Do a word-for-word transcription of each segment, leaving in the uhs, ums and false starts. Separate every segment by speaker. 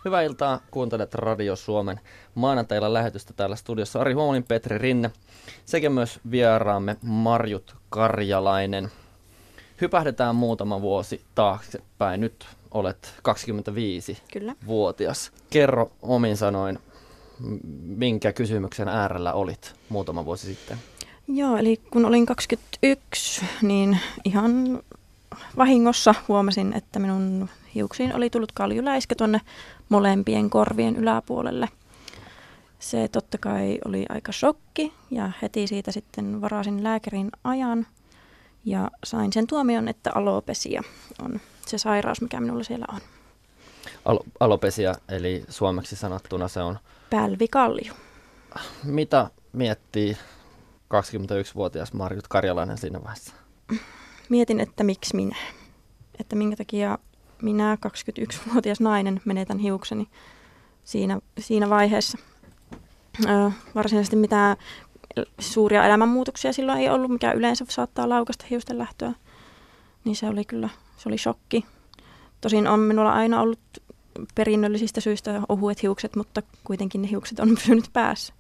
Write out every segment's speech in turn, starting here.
Speaker 1: Hyvää iltaa, kuuntelet Radio Suomen maanantailla lähetystä täällä studiossa Ari Huomonin, Petri Rinne sekä myös vieraamme Marjut Karjalainen. Hypähdetään muutama vuosi taaksepäin. Nyt olet kaksikymmentäviisivuotias. Kerro omin sanoin, minkä kysymyksen äärellä olit muutama vuosi sitten?
Speaker 2: Joo, eli kun olin kaksikymmentäyksi, niin ihan vahingossa huomasin, että minun hiuksiin oli tullut kaljuläiskä tuonne molempien korvien yläpuolelle. Se totta kai oli aika shokki ja heti siitä sitten varasin lääkärin ajan ja sain sen tuomion, että alopesia on se sairaus, mikä minulla siellä on.
Speaker 1: Al- alopesia, eli suomeksi sanottuna se on?
Speaker 2: Pälvikalju.
Speaker 1: Mitä miettii kaksikymmentäyksivuotias Marjut Karjalainen siinä vaiheessa?
Speaker 2: Mietin, että miksi minä. Että minkä takia minä, kaksikymmentäyksivuotias nainen, menetän hiukseni siinä, siinä vaiheessa. Ö, varsinaisesti mitään suuria elämänmuutoksia silloin ei ollut, mikä yleensä saattaa laukaista hiusten lähtöä. Niin se oli kyllä, se oli shokki. Tosin on minulla aina ollut perinnöllisistä syistä ohuet hiukset, mutta kuitenkin ne hiukset on pysynyt päässä.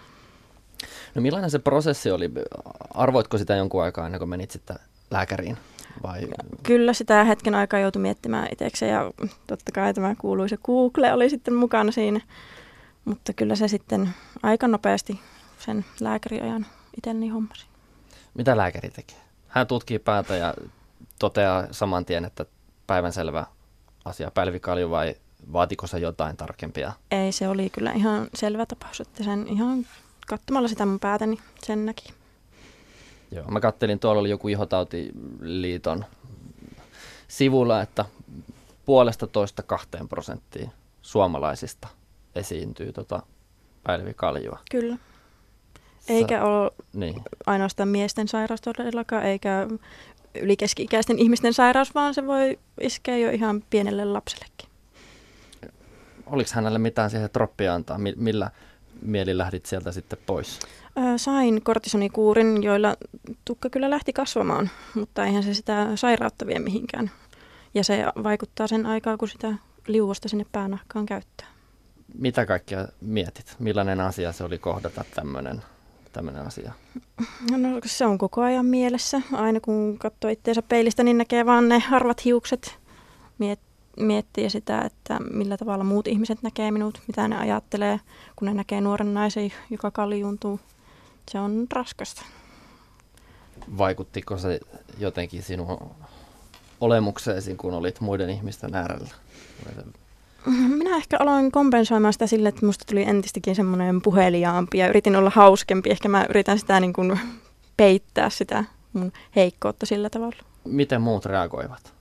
Speaker 1: No millainen se prosessi oli? Arvoitko sitä jonkun aikaa ennen kuin menit sitten lääkäriin? Vai?
Speaker 2: Kyllä sitä hetken aikaa joutui miettimään itsekseen ja totta kai tämä kuuluisa Google oli sitten mukana siinä. Mutta kyllä se sitten aika nopeasti sen lääkäriajan itselleni hommasi.
Speaker 1: Mitä lääkäri tekee? Hän tutkii päätä ja toteaa saman tien, että päivänselvä asia pälvikalju vai vaatiko se jotain tarkempia?
Speaker 2: Ei, se oli kyllä ihan selvä tapaus, että sen ihan katsomalla sitä mun päätä, niin sen näki.
Speaker 1: Joo, mä kattelin, tuolla oli joku Ihotautiliiton sivulla, että puolesta toista kahteen prosenttiin suomalaisista esiintyy tota pälvikaljua.
Speaker 2: Kyllä. Eikä Sä, ole niin. ainoastaan miesten sairaus todellakaan, eikä ylikeski-ikäisten ihmisten sairaus, vaan se voi iskeä jo ihan pienelle lapsellekin.
Speaker 1: Oliko hänelle mitään siihen troppia antaa? Millä mieli lähdit sieltä sitten pois?
Speaker 2: Sain kortisonikuurin, joilla tukka kyllä lähti kasvamaan, mutta eihän se sitä sairautta vie mihinkään. Ja se vaikuttaa sen aikaa, kun sitä liuosta sinne päänahkaan käyttää.
Speaker 1: Mitä kaikkea mietit? Millainen asia se oli kohdata tämmöinen tämmöinen asia?
Speaker 2: No se on koko ajan mielessä. Aina kun katsoo itseensä peilistä, niin näkee vaan ne harvat hiukset. Miet, miettii sitä, että millä tavalla muut ihmiset näkee minut, mitä ne ajattelee, kun ne näkee nuoren naisen, joka kaljuuntuu. Se on raskasta.
Speaker 1: Vaikuttiko se jotenkin sinun olemukseesi, kun olit muiden ihmisten äärellä?
Speaker 2: Minä ehkä aloin kompensoimaan sitä sille, että minusta tuli entistäkin semmoinen puheliaampi ja yritin olla hauskempi. Ehkä mä yritän sitä niin kuin peittää sitä mun heikkoutta sillä tavalla.
Speaker 1: Miten muut reagoivat?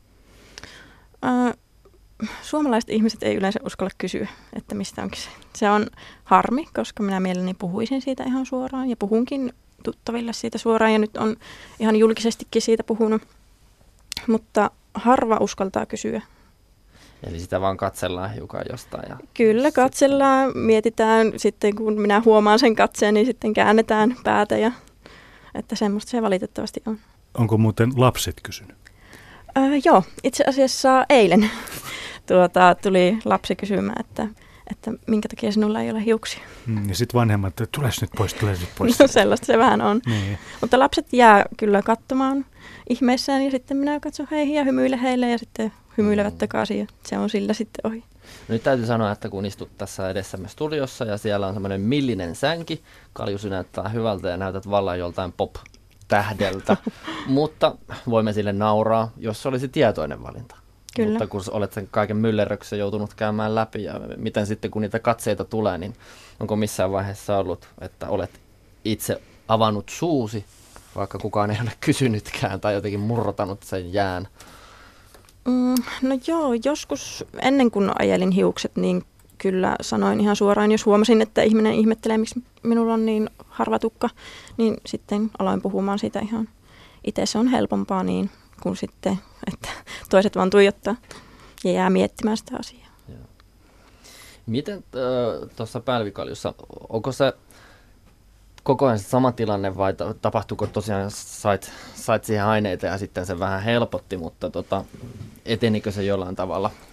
Speaker 2: Äh, suomalaiset ihmiset ei yleensä uskalla kysyä, että mistä on kyse. Se on harmi, koska minä mielelläni puhuisin siitä ihan suoraan ja puhunkin tuttaville siitä suoraan ja nyt on ihan julkisestikin siitä puhunut, mutta harva uskaltaa kysyä.
Speaker 1: Eli sitä vaan katsellaan hiukan jostain. Ja
Speaker 2: Kyllä, katsellaan, mietitään, sitten kun minä huomaan sen katseen, niin sitten käännetään päätä ja että semmoista se valitettavasti on.
Speaker 3: Onko muuten lapset kysynyt?
Speaker 2: Öö, joo, itse asiassa eilen tuota, tuli lapsi kysymään, että, että minkä takia sinulla ei ole hiuksia.
Speaker 3: Mm, ja sitten vanhemmat, että tules nyt pois, tules nyt pois.
Speaker 2: No sellaista se vähän on.
Speaker 3: Niin.
Speaker 2: Mutta lapset jää kyllä katsomaan ihmeissään ja sitten minä katson heihin ja hymyilen heille ja sitten hymyilevät mm. takaisin ja se on sillä sitten ohi.
Speaker 1: No nyt täytyy sanoa, että kun istut tässä edessämme studiossa ja siellä on semmoinen millinen sänki, kaljusi näyttää hyvältä ja näytät vallan joltain pop-tähdeltä, mutta voimme sille nauraa, jos se olisi tietoinen valinta.
Speaker 2: Kyllä.
Speaker 1: Mutta kun olet sen kaiken myllerryksen joutunut käymään läpi ja miten sitten kun niitä katseita tulee, niin onko missään vaiheessa ollut, että olet itse avannut suusi, vaikka kukaan ei ole kysynytkään tai jotenkin murrotanut sen jään?
Speaker 2: Mm, no joo, joskus ennen kuin ajelin hiukset, niin kyllä sanoin ihan suoraan, jos huomasin, että ihminen ihmettelee, miksi minulla on niin harva tukka, niin sitten aloin puhumaan siitä ihan itse. Se on helpompaa niin kuin sitten, että toiset vaan tuijottaa ja jää miettimään sitä asiaa.
Speaker 1: Joo. Miten äh, tuossa pälvikaljussa, onko se koko ajan sama tilanne vai tapahtuuko tosiaan, sait, sait siihen aineita ja sitten se vähän helpotti, mutta tota, etenikö se jollain tavalla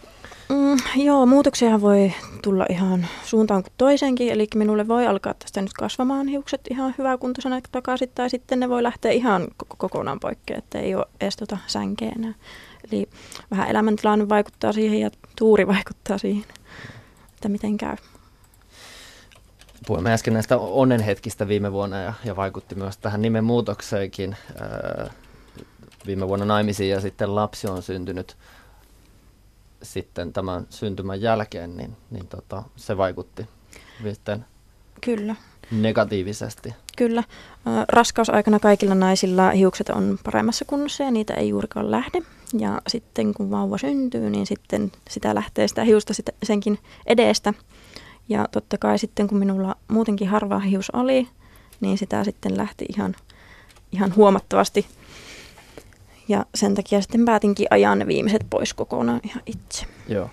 Speaker 2: Mm, joo, muutoksia voi tulla ihan suuntaan kuin toiseenkin, eli minulle voi alkaa tästä nyt kasvamaan hiukset ihan hyväkuntoisena takaisin, tai sitten ne voi lähteä ihan kokonaan poikkeen, että ei ole edes tota sänkeä enää. Eli vähän elämäntilanne vaikuttaa siihen ja tuuri vaikuttaa siihen, että miten käy.
Speaker 1: Puhuimme äsken näistä onnenhetkistä viime vuonna ja, ja vaikutti myös tähän nimenmuutokseenkin. Ää, viime vuonna naimisiin ja sitten lapsi on syntynyt sitten tämän syntymän jälkeen, niin, niin tota, se vaikutti sitten
Speaker 2: Kyllä.
Speaker 1: negatiivisesti.
Speaker 2: Kyllä. Raskausaikana kaikilla naisilla hiukset on paremmassa kunnossa ja niitä ei juurikaan lähde. Ja sitten kun vauva syntyy, niin sitten sitä lähtee sitä hiusta sitä, senkin edestä. Ja totta kai sitten kun minulla muutenkin harva hius oli, niin sitä sitten lähti ihan, ihan huomattavasti. Ja sen takia sitten päätinkin ajaa ne viimeiset pois kokonaan ihan itse.
Speaker 1: Joo.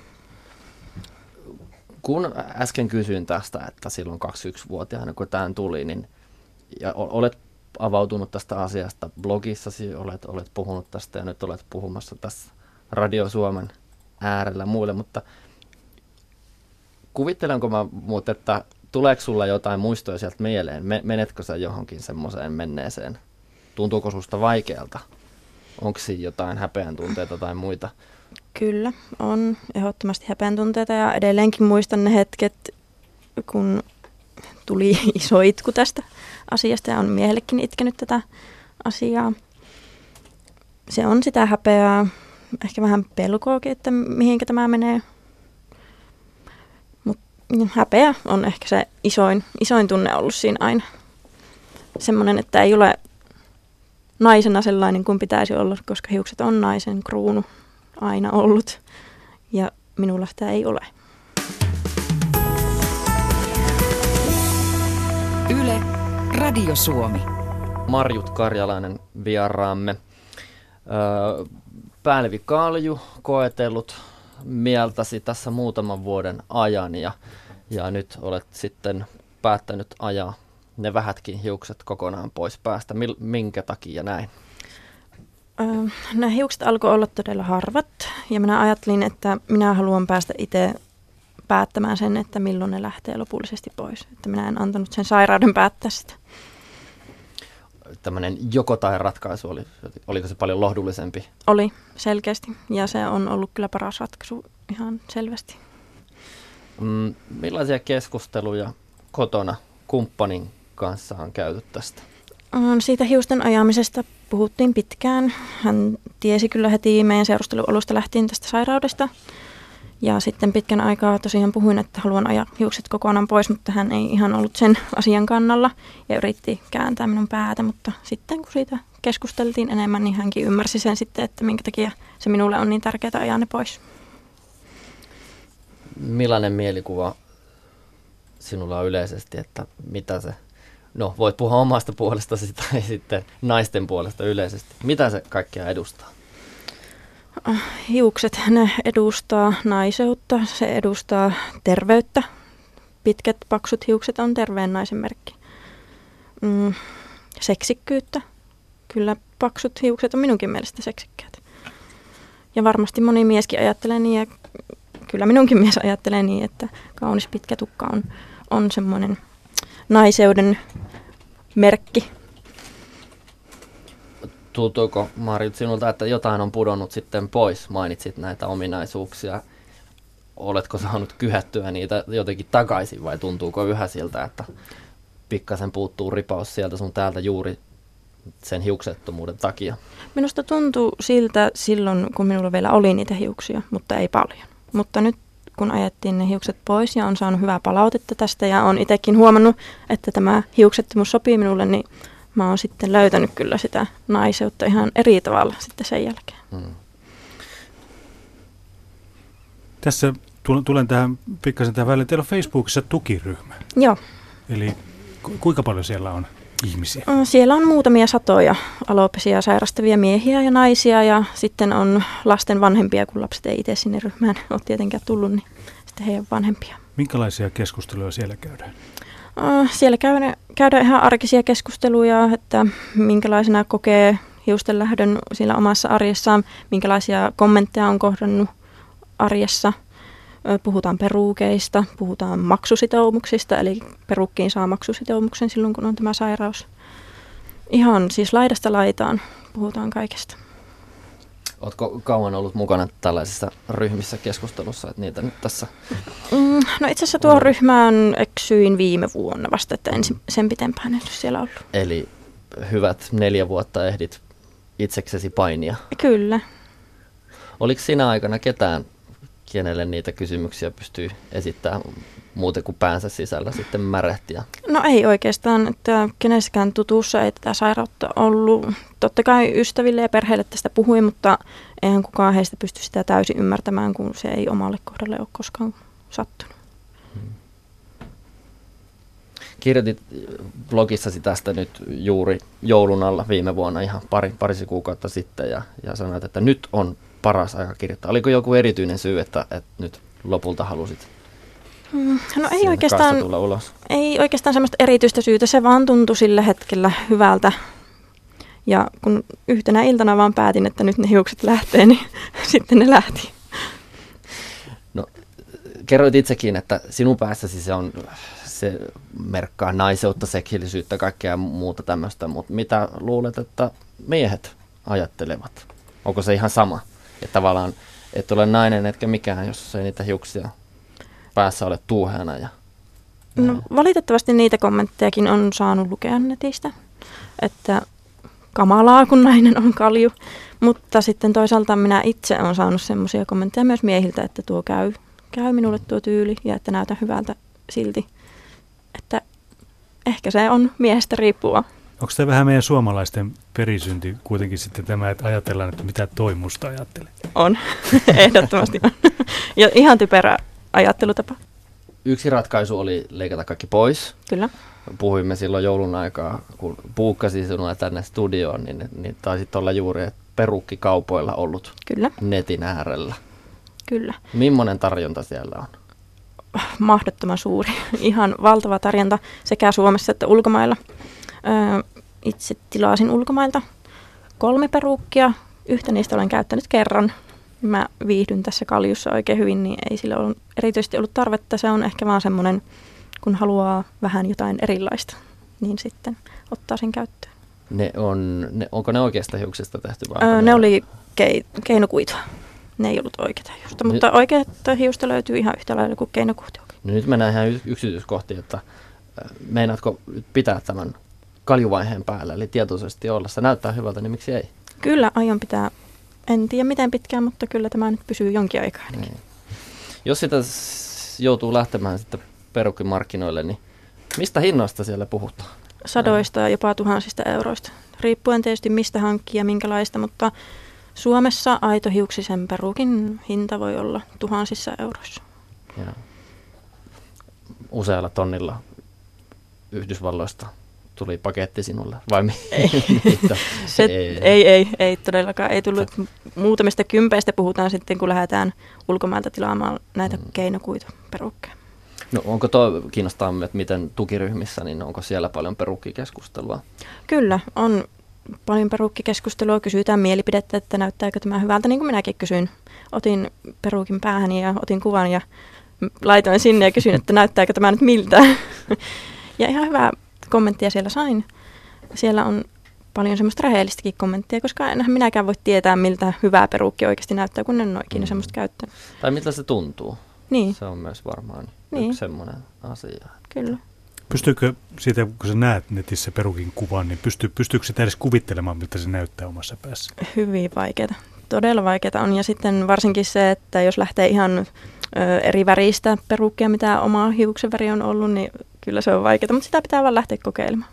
Speaker 1: Kun äsken kysyin tästä, että silloin kaksikymmentäyksivuotiaana kun tämä tuli, niin ja olet avautunut tästä asiasta blogissasi, olet, olet puhunut tästä ja nyt olet puhumassa tässä Radio Suomen äärellä muille, mutta kuvittelenko mä muut, että tuleeko sulla jotain muistoja sieltä mieleen? Menetkö sä johonkin semmoiseen menneeseen? Tuntuuko susta vaikealta? Onko siinä jotain häpeän tunteita tai muita?
Speaker 2: Kyllä, on ehdottomasti häpeän tunteita ja edelleenkin muistan ne hetket, kun tuli iso itku tästä asiasta ja on miehellekin itkenyt tätä asiaa. Se on sitä häpeää, ehkä vähän pelkoakin, että mihinkä tämä menee. Mutta häpeä on ehkä se isoin, isoin tunne ollut siinä aina. Semmoinen, että ei ole naisena sellainen kuin pitäisi olla, koska hiukset on naisen kruunu aina ollut ja minulla sitä ei ole.
Speaker 4: Yle, Radio Suomi.
Speaker 1: Marjut Karjalainen vieraamme. Öö, Päälvi Kalju koetellut mieltäsi tässä muutaman vuoden ajan ja, ja nyt olet sitten päättänyt ajaa ne vähätkin hiukset kokonaan pois päästä. Mil, minkä takia näin?
Speaker 2: Öö, nämä hiukset alkoi olla todella harvat ja minä ajattelin, että minä haluan päästä itse päättämään sen, että milloin ne lähtee lopullisesti pois. Että minä en antanut sen sairauden päättää sitä.
Speaker 1: Tämmöinen joko tai ratkaisu, oli, oliko se paljon lohdullisempi?
Speaker 2: Oli selkeästi ja se on ollut kyllä paras ratkaisu ihan selvästi.
Speaker 1: Mm, millaisia keskusteluja kotona kumppanin kanssa on käyty tästä?
Speaker 2: Siitä hiusten ajamisesta puhuttiin pitkään. Hän tiesi kyllä heti meidän seurustelualusta lähtien tästä sairaudesta. Ja sitten pitkän aikaa tosiaan puhuin, että haluan ajaa hiukset kokonaan pois, mutta hän ei ihan ollut sen asian kannalla ja yritti kääntää minun päätä. Mutta sitten kun siitä keskusteltiin enemmän, niin hänkin ymmärsi sen sitten, että minkä takia se minulle on niin tärkeää ajaa ne pois.
Speaker 1: Millainen mielikuva sinulla on yleisesti, että mitä se, no voit puhua omasta puolestasi tai sitten naisten puolesta yleisesti, mitä se kaikkea edustaa?
Speaker 2: Hiukset, ne edustaa naiseutta, se edustaa terveyttä. Pitkät, paksut hiukset on terveen naisen merkki. Mm, seksikkyyttä. Kyllä paksut hiukset on minunkin mielestä seksikkäät. Ja varmasti moni mieskin ajattelee niin, ja kyllä minunkin mies ajattelee niin, että kaunis pitkä tukka on, on semmoinen naiseuden merkki.
Speaker 1: Tuntuuko, Marjut, sinulta, että jotain on pudonnut sitten pois? Mainitsit näitä ominaisuuksia. Oletko saanut kyhättyä niitä jotenkin takaisin vai tuntuuko yhä siltä, että pikkasen puuttuu ripaus sieltä sun täältä juuri sen hiuksettomuuden takia?
Speaker 2: Minusta tuntuu siltä silloin, kun minulla vielä oli niitä hiuksia, mutta ei paljon. Mutta nyt kun ajettiin ne hiukset pois ja on saanut hyvää palautetta tästä ja on itsekin huomannut, että tämä hiuksettomuus sopii minulle, niin mä oon sitten löytänyt kyllä sitä naiseutta ihan eri tavalla sitten sen jälkeen. Hmm.
Speaker 3: Tässä tulen tähän pikkasen tähän väliin. Teillä on Facebookissa tukiryhmä.
Speaker 2: Joo.
Speaker 3: Eli ku, kuinka paljon siellä on ihmisiä?
Speaker 2: Siellä on muutamia satoja alopesiä sairastavia miehiä ja naisia ja sitten on lasten vanhempia, kun lapset ei itse sinne ryhmään ole tietenkään tullut, niin sitten heidän vanhempia.
Speaker 3: Minkälaisia keskusteluja siellä käydään?
Speaker 2: Siellä käydään, käydään ihan arkisia keskusteluja, että minkälaisena kokee hiusten lähdön siinä omassa arjessaan, minkälaisia kommentteja on kohdannut arjessa Puhutaan peruukeista, puhutaan maksusitoumuksista, eli perukkiin saa maksusitoumuksen silloin, kun on tämä sairaus. Ihan siis laidasta laitaan puhutaan kaikesta.
Speaker 1: Oletko kauan ollut mukana tällaisissa ryhmissä keskustelussa, että niitä nyt tässä?
Speaker 2: Mm, no itse asiassa tuohon ryhmään eksyin viime vuonna vasta, että en sen pitempään en ole siellä ollut.
Speaker 1: Eli hyvät neljä vuotta ehdit itseksesi painia.
Speaker 2: Kyllä.
Speaker 1: Oliko siinä aikana ketään, kenelle niitä kysymyksiä pystyy esittämään muuten kuin päänsä sisällä sitten märehtiä?
Speaker 2: No ei oikeastaan, että kenessäkään tutussa ei tätä sairautta ollut. Totta kai ystäville ja perheille tästä puhuin, mutta eihän kukaan heistä pysty sitä täysin ymmärtämään, kun se ei omalle kohdalle ole koskaan sattunut.
Speaker 1: Kirjoitit blogissasi tästä nyt juuri joulun alla viime vuonna ihan pari, parisi kuukautta sitten ja, ja sanoit, että nyt on paras aika kirjoittaa. Oliko joku erityinen syy, että, että nyt lopulta halusit
Speaker 2: no ei oikeastaan,
Speaker 1: tulla ulos?
Speaker 2: Ei oikeastaan semmoista erityistä syytä, se vaan tuntui sillä hetkellä hyvältä. Ja kun yhtenä iltana vaan päätin, että nyt ne hiukset lähtee, niin sitten ne lähti.
Speaker 1: No, kerroit itsekin, että sinun päässäsi se on, se merkkaa naiseutta, seksillisyyttä, kaikkea muuta tämmöistä, mutta mitä luulet, että miehet ajattelevat? Onko se ihan sama? Että tavallaan et ole nainen etkä mikään, jos ei niitä hiuksia päässä ole tuuheana. Ja
Speaker 2: no, valitettavasti niitä kommenttejakin on saanut lukea netistä, että kamalaa kun nainen on kalju, mutta sitten toisaalta minä itse olen saanut semmoisia kommentteja myös miehiltä, että tuo käy, käy minulle tuo tyyli ja että näytän hyvältä silti, että ehkä se on miehestä riippuvaa.
Speaker 3: Onko tämä vähän meidän suomalaisten perisynti kuitenkin sitten tämä, että ajatellaan, että mitä toi musta ajattelee?
Speaker 2: On, ehdottomasti on. Ja ihan typerä ajattelutapa.
Speaker 1: Yksi ratkaisu oli leikata kaikki pois.
Speaker 2: Kyllä.
Speaker 1: Puhuimme silloin joulun aikaa, kun puukkasin sinua tänne studioon, niin, niin taisit olla juuri perukkikaupoilla ollut
Speaker 2: Kyllä.
Speaker 1: netin äärellä.
Speaker 2: Kyllä.
Speaker 1: Millainen tarjonta siellä on?
Speaker 2: Mahdottoman suuri. Ihan valtava tarjonta sekä Suomessa että ulkomailla. Öö, itse tilasin ulkomailta kolme perukkia. Yhtä niistä olen käyttänyt kerran. Mä viihdyn tässä kaljussa oikein hyvin, niin ei sillä ollut erityisesti ollut tarvetta. Se on ehkä vaan semmoinen, kun haluaa vähän jotain erilaista, niin sitten ottaa sen käyttöön.
Speaker 1: Ne on, ne, onko ne oikeasta hiuksista tehty? Vai
Speaker 2: öö,
Speaker 1: ne,
Speaker 2: ne oli kei, keinokuitua. Ne ei ollut oikeita hiusta, mutta nyt, oikeata hiusta löytyy ihan yhtä lailla kuin keinokuitu.
Speaker 1: No nyt mennään ihan yksityiskohtiin, että meinaatko pitää tämän kaljuvaiheen päällä, eli tietoisesti olla. Se näyttää hyvältä, niin miksi ei?
Speaker 2: Kyllä, aion pitää. En tiedä miten pitkään, mutta kyllä tämä nyt pysyy jonkin aikaa. Niin.
Speaker 1: Jos sitä joutuu lähtemään sitten perukkimarkkinoille, niin mistä hinnoista siellä puhutaan?
Speaker 2: Sadoista ja jopa tuhansista euroista. Riippuen tietysti mistä hankkii ja minkälaista, mutta Suomessa aitohiuksisen perukin hinta voi olla tuhansissa euroissa.
Speaker 1: Ja usealla tonnilla Yhdysvalloista tuli paketti sinulle, vai
Speaker 2: ei. Se, ei. ei, ei, ei todellakaan. Ei tullut muutamista kympeistä, puhutaan sitten, kun lähdetään ulkomailta tilaamaan näitä mm. keinokuituperukkeja.
Speaker 1: No onko tuo kiinnostaa, että miten tukiryhmissä, niin onko siellä paljon perukkikeskustelua?
Speaker 2: Kyllä, on paljon perukkikeskustelua. Kysytään mielipidettä, että näyttääkö tämä hyvältä, niin kuin minäkin kysyin. Otin perukin päähäni ja otin kuvan ja laitoin sinne ja kysyin, että näyttääkö tämä nyt miltään. Ja ihan hyvää kommenttia siellä sain. Siellä on paljon semmoista rehellistäkin kommenttia, koska enhän minäkään voi tietää, miltä hyvää perukki oikeasti näyttää, kun en ole ikinä mm. semmoista käyttänyt.
Speaker 1: Tai miltä se tuntuu.
Speaker 2: Niin.
Speaker 1: Se on myös varmaan
Speaker 2: niin.
Speaker 1: yksi semmoinen asia.
Speaker 2: Kyllä.
Speaker 3: Pystyykö siitä, kun sä näet netissä perukin kuvan, niin pystyy, pystyykö sitä edes kuvittelemaan, miltä se näyttää omassa päässä?
Speaker 2: Hyvin vaikeaa. Todella vaikeaa on. Ja sitten varsinkin se, että jos lähtee ihan ö, eri väristä perukkia, mitä oma hiuksen väri on ollut, niin kyllä se on vaikeaa, mutta sitä pitää vaan lähteä kokeilemaan.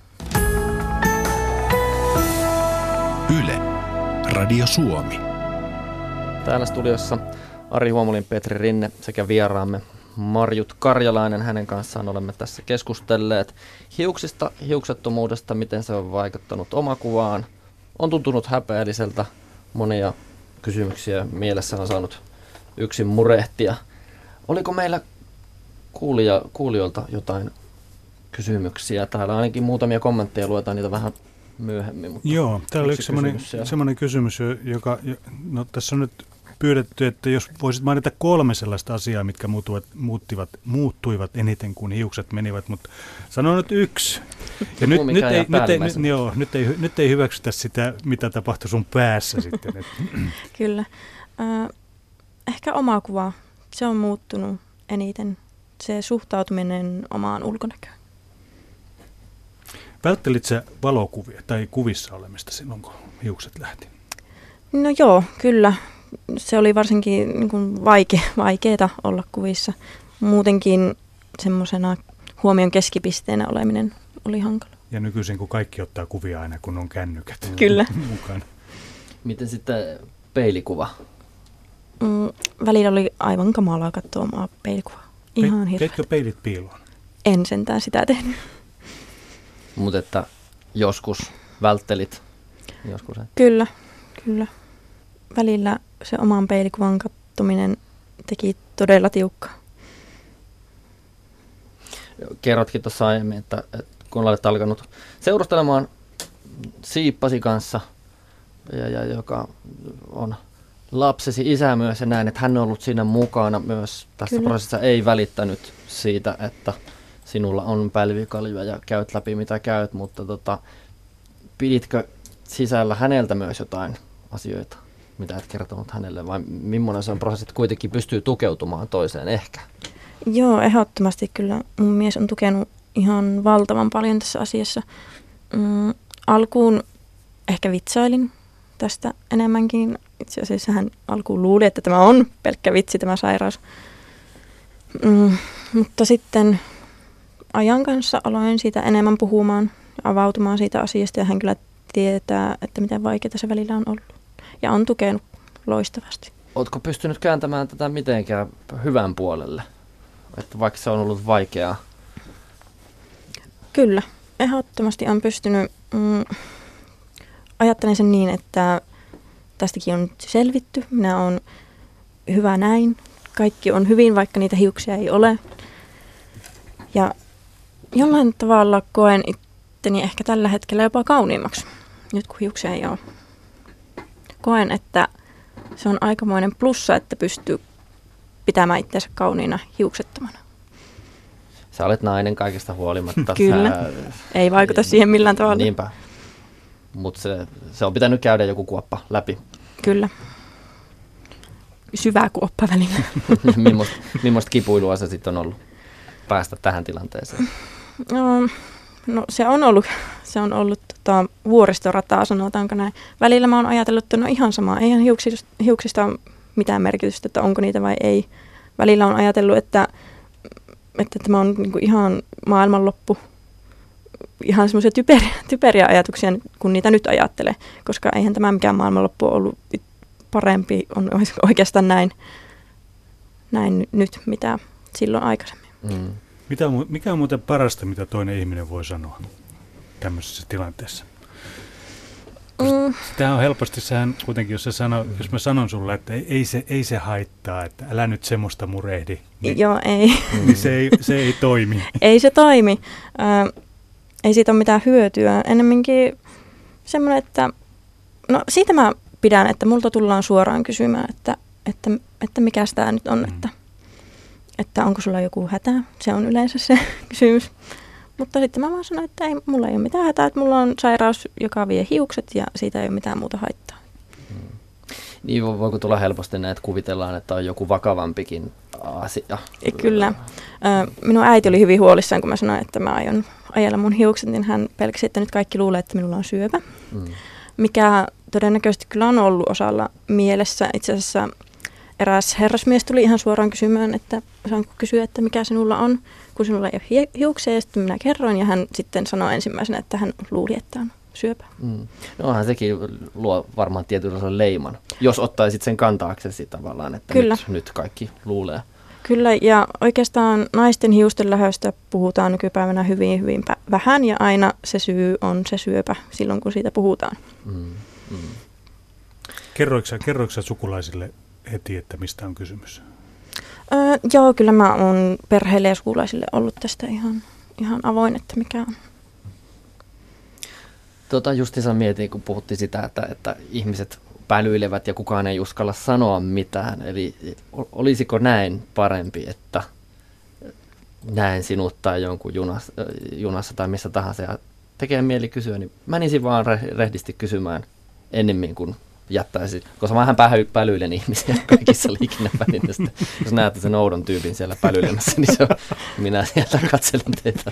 Speaker 5: Yle, Radio Suomi.
Speaker 1: Täällä studiossa Ari Huomolin, Petri Rinne sekä vieraamme Marjut Karjalainen. Hänen kanssaan olemme tässä keskustelleet hiuksista, hiuksettomuudesta, miten se on vaikuttanut omakuvaan. On tuntunut häpeälliseltä. Monia kysymyksiä mielessä on saanut yksin murehtia. Oliko meillä kuulija, kuulijoilta jotain kysymyksiä? Täällä ainakin muutamia kommentteja, luetaan niitä vähän myöhemmin. Mutta
Speaker 3: joo, täällä oli yksi semmoinen, semmoinen kysymys, joka, no tässä on nyt pyydetty, että jos voisit mainita kolme sellaista asiaa, mitkä muuttuivat, muuttivat, muuttuivat eniten, kun hiukset menivät, mutta sano nyt yksi. Ja nyt, nyt, ei, nyt, ei, nyt, joo, nyt, ei, nyt ei hyväksytä sitä, mitä tapahtui sun päässä sitten.
Speaker 2: Kyllä. Äh, ehkä oma kuva. Se on muuttunut eniten. Se suhtautuminen omaan ulkonäköön.
Speaker 3: Välttelit sä valokuvia tai kuvissa olemista silloin, kun hiukset lähti?
Speaker 2: No joo, kyllä. Se oli varsinkin niin kuin vaike, vaikeaa olla kuvissa. Muutenkin semmoisena huomion keskipisteenä oleminen oli hankala.
Speaker 3: Ja nykyisin, kun kaikki ottaa kuvia aina, kun on kännykät
Speaker 2: Kyllä.
Speaker 3: mukana.
Speaker 1: Miten sitten peilikuva?
Speaker 2: Mm, välillä oli aivan kamalaa katsoa omaa peilikuvaa. Ihan
Speaker 3: Pe-
Speaker 2: hirveä.
Speaker 3: Teitkö peilit piiloon?
Speaker 2: En sentään sitä tehnyt.
Speaker 1: Mutta että joskus välttelit, joskus ei.
Speaker 2: Kyllä, kyllä. Välillä se oman peilikuvan katsominen teki todella tiukkaa.
Speaker 1: Kerrotkin tuossa aiemmin, että, että kun olet alkanut seurustelemaan siippasi kanssa, ja, ja joka on lapsesi isä myös ja näin, että hän on ollut siinä mukana myös tässä
Speaker 2: Kyllä.
Speaker 1: prosessissa, ei välittänyt siitä, että sinulla on pälvikaljoja ja käyt läpi mitä käyt, mutta tota, piditkö sisällä häneltä myös jotain asioita, mitä et kertonut hänelle, vai millainen se on prosessi, että kuitenkin pystyy tukeutumaan toiseen ehkä?
Speaker 2: Joo, ehdottomasti kyllä. Mun mies on tukenut ihan valtavan paljon tässä asiassa. Mm, alkuun ehkä vitsailin tästä enemmänkin. Itse asiassa hän alkuun luuli, että tämä on pelkkä vitsi, tämä sairaus. Mm, mutta sitten ajan kanssa aloin siitä enemmän puhumaan ja avautumaan siitä asiasta. Ja hän kyllä tietää, että miten vaikeaa se välillä on ollut. Ja on tukenut loistavasti.
Speaker 1: Ootko pystynyt kääntämään tätä mitenkään hyvän puolelle? Että vaikka se on ollut vaikeaa.
Speaker 2: Kyllä, ehdottomasti on pystynyt. Mm, ajattelen sen niin, että tästäkin on nyt selvitty. Minä olen hyvä näin. Kaikki on hyvin, vaikka niitä hiuksia ei ole. Ja jollain tavalla koen itteni ehkä tällä hetkellä jopa kauniimmaksi, nyt kun hiuksia ei ole. Koen, että se on aikamoinen plussa, että pystyy pitämään itseänsä kauniina hiuksettomana.
Speaker 1: Sä olet nainen kaikesta huolimatta.
Speaker 2: Kyllä,
Speaker 1: Sä,
Speaker 2: ei vaikuta siihen millään tavalla.
Speaker 1: Niinpä, mutta se, se on pitänyt käydä joku kuoppa läpi.
Speaker 2: Kyllä. Syvää kuoppa välillä.
Speaker 1: Millaista, millaista kipuilua se sitten on ollut päästä tähän tilanteeseen?
Speaker 2: No, no se on ollut, se on ollut tota, vuoristorataa, sanotaanko näin. Välillä mä oon ajatellut, että no ihan sama, eihän hiuksista, hiuksista ole mitään merkitystä, että onko niitä vai ei. Välillä on ajatellut, että, että tämä on niinku ihan maailmanloppu. Ihan semmoisia typeriä, typeriä ajatuksia, kun niitä nyt ajattelee, koska eihän tämä mikään maailmanloppu ollut parempi, on oikeastaan näin, näin nyt, mitä silloin aikaisemmin.
Speaker 1: Mm.
Speaker 3: Mitä, mikä on muuten parasta, mitä toinen ihminen voi sanoa tämmöisessä tilanteessa?
Speaker 2: Mm.
Speaker 3: Tämä on helposti, sehän kuitenkin, jos, sano, jos mä sanon sulle, että ei, ei, se, ei se haittaa, että älä nyt semmoista murehdi, niin,
Speaker 2: Joo, ei.
Speaker 3: niin se, ei, se ei toimi.
Speaker 2: Ei se toimi. Ö, ei siitä ole mitään hyötyä. Ennemminkin semmoinen, että no siitä mä pidän, että multa tullaan suoraan kysymään, että, että, että mikä tämä nyt on, mm. että, että onko sulla joku hätä. Se on yleensä se kysymys. Mutta sitten mä vaan sanon, että ei, mulla ei ole mitään hätää, että mulla on sairaus, joka vie hiukset ja siitä ei ole mitään muuta haittaa.
Speaker 1: Mm. Niin voiko tulla helposti näin, että kuvitellaan, että on joku vakavampikin asia?
Speaker 2: Ja kyllä. Minun äiti oli hyvin huolissaan, kun mä sanoin, että mä aion ajella mun hiukset, niin hän pelkäsi, että nyt kaikki luulee, että minulla on syöpä. Mm. Mikä todennäköisesti kyllä on ollut osalla mielessä. Itse asiassa eräs herrasmies tuli ihan suoraan kysymään, että saanko kysyä, että mikä sinulla on, kun sinulla ei ole hiuksia. Ja sitten minä kerroin ja hän sitten sanoi ensimmäisenä, että hän luuli, että on syöpä.
Speaker 1: Mm. No onhan sekin luo varmaan tietynlaisen leiman, jos ottaisit sen kantaaksesi tavallaan, että nyt, nyt kaikki luulee.
Speaker 2: Kyllä, ja oikeastaan naisten hiusten lähöstä puhutaan nykypäivänä hyvin, hyvin vähän, ja aina se syy on se syöpä silloin, kun siitä puhutaan.
Speaker 3: Mm, mm. Kerroitko, kerroitko sä sukulaisille heti, että mistä on kysymys?
Speaker 2: Öö, joo, kyllä mä oon perheelle ja sukulaisille ollut tästä ihan, ihan avoin, että mikä on.
Speaker 1: Tota justiinsa mietin, kun puhuttiin sitä, että, että ihmiset pälyilevät ja kukaan ei uskalla sanoa mitään. Eli olisiko näin parempi, että näen sinut tai jonkun junassa, junassa tai missä tahansa ja tekee mieli kysyä, niin menisin vaan rehdisti kysymään ennemmin kuin jättäisi, koska mä vähän pälyilen ihmisiä kaikissa liikennevälineissä. Jos näette sen oudon tyypin siellä pälyilemässä, niin se on, minä sieltä katselen teitä.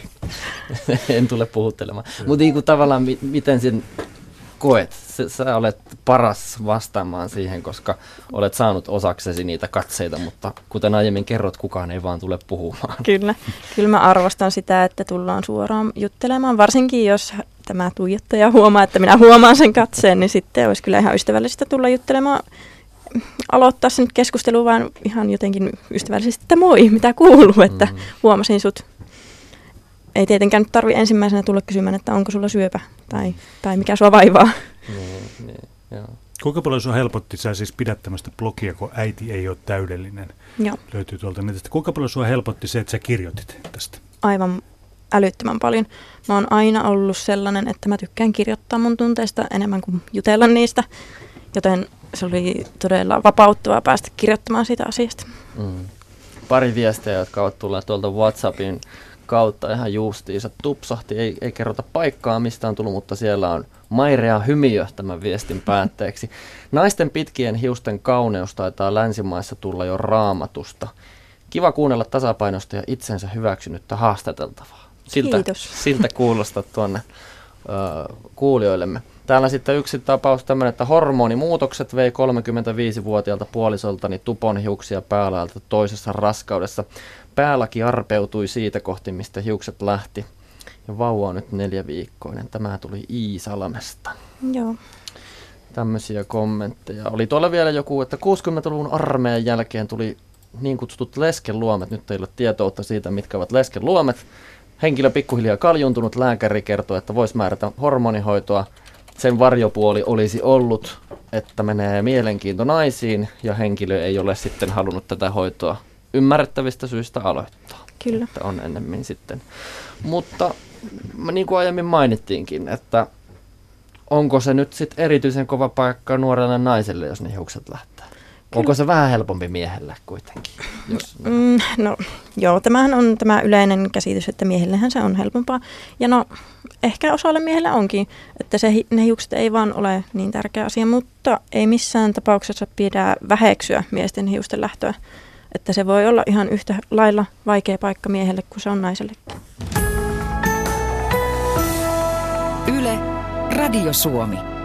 Speaker 1: En tule puhuttelemaan. Mutta niin kuin tavallaan, mi- miten sen koet? Sä, sä olet paras vastaamaan siihen, koska olet saanut osaksesi niitä katseita, mutta kuten aiemmin kerrot, kukaan ei vaan tule puhumaan.
Speaker 2: Kyllä. Kyllä mä arvostan sitä, että tullaan suoraan juttelemaan, varsinkin jos tämä tuijottaja huomaa, että minä huomaan sen katseen, niin sitten olisi kyllä ihan ystävällistä tulla juttelemaan, aloittaa sen keskustelun vaan ihan jotenkin ystävällisesti, että moi, mitä kuuluu, että mm. huomasin sut. Ei tietenkään nyt tarvitse ensimmäisenä tulla kysymään, että onko sulla syöpä tai, tai mikä sua vaivaa.
Speaker 1: Niin, niin, joo.
Speaker 3: Kuinka paljon sinua helpotti, sä siis pidät tämmöistä blogia, kun äiti ei ole täydellinen,
Speaker 2: Joo.
Speaker 3: löytyy tuolta netistä. Kuinka paljon sinua helpotti se, että sä kirjoitit tästä?
Speaker 2: Aivan älyttömän paljon. Mä oon aina ollut sellainen, että mä tykkään kirjoittaa mun tunteista enemmän kuin jutella niistä, joten se oli todella vapauttavaa päästä kirjoittamaan siitä asiasta.
Speaker 1: Mm. Pari viestejä, jotka ovat tulleet tuolta WhatsAppin kautta ihan justiinsa tupsahti, ei, ei kerrota paikkaa mistä on tullut, mutta siellä on mairea hymiö tämän viestin päätteeksi. Naisten pitkien hiusten kauneus taitaa länsimaissa tulla jo Raamatusta. Kiva kuunnella tasapainosta ja itsensä hyväksynyttä haastateltavaa. Siltä,
Speaker 2: Kiitos.
Speaker 1: siltä kuulostaa tuonne ö, kuulijoillemme. Täällä sitten yksi tapaus tämmöinen, että hormonimuutokset vei kolmekymmentäviisivuotiaalta puolisoltani tuponhiuksia päälaelta toisessa raskaudessa. Päälaki arpeutui siitä kohti, mistä hiukset lähti. Ja vauva on nyt neljäviikkoinen. Tämä tuli Iisalmesta.
Speaker 2: Joo.
Speaker 1: Tämmöisiä kommentteja. Oli tuolla vielä joku, että kuusikymmentäluvun armeijan jälkeen tuli niin kutsutut leskenluomet. Nyt ei ole tietoutta siitä, mitkä ovat leskenluomet. Henkilö pikkuhiljaa kaljuntunut, lääkäri kertoo, että voisi määrätä hormonihoitoa. Sen varjopuoli olisi ollut, että menee mielenkiinto naisiin ja henkilö ei ole sitten halunnut tätä hoitoa ymmärrettävistä syistä aloittaa.
Speaker 2: Kyllä.
Speaker 1: Että on ennemmin sitten. Mutta niin kuin aiemmin mainittiinkin, että onko se nyt sitten erityisen kova paikka nuorelle naiselle, jos ne hiukset lähtee? Kyllä. Onko se vähän helpompi miehelle kuitenkin? Jos...
Speaker 2: Mm, no joo, tämähän on tämä yleinen käsitys, että miehellähän se on helpompaa. Ja no ehkä osalle miehellä onkin, että se, ne hiukset ei vaan ole niin tärkeä asia, mutta ei missään tapauksessa pidä väheksyä miesten hiusten lähtöä. Että se voi olla ihan yhtä lailla vaikea paikka miehelle kuin se on naisellekin.
Speaker 4: Yle, Radio Suomi.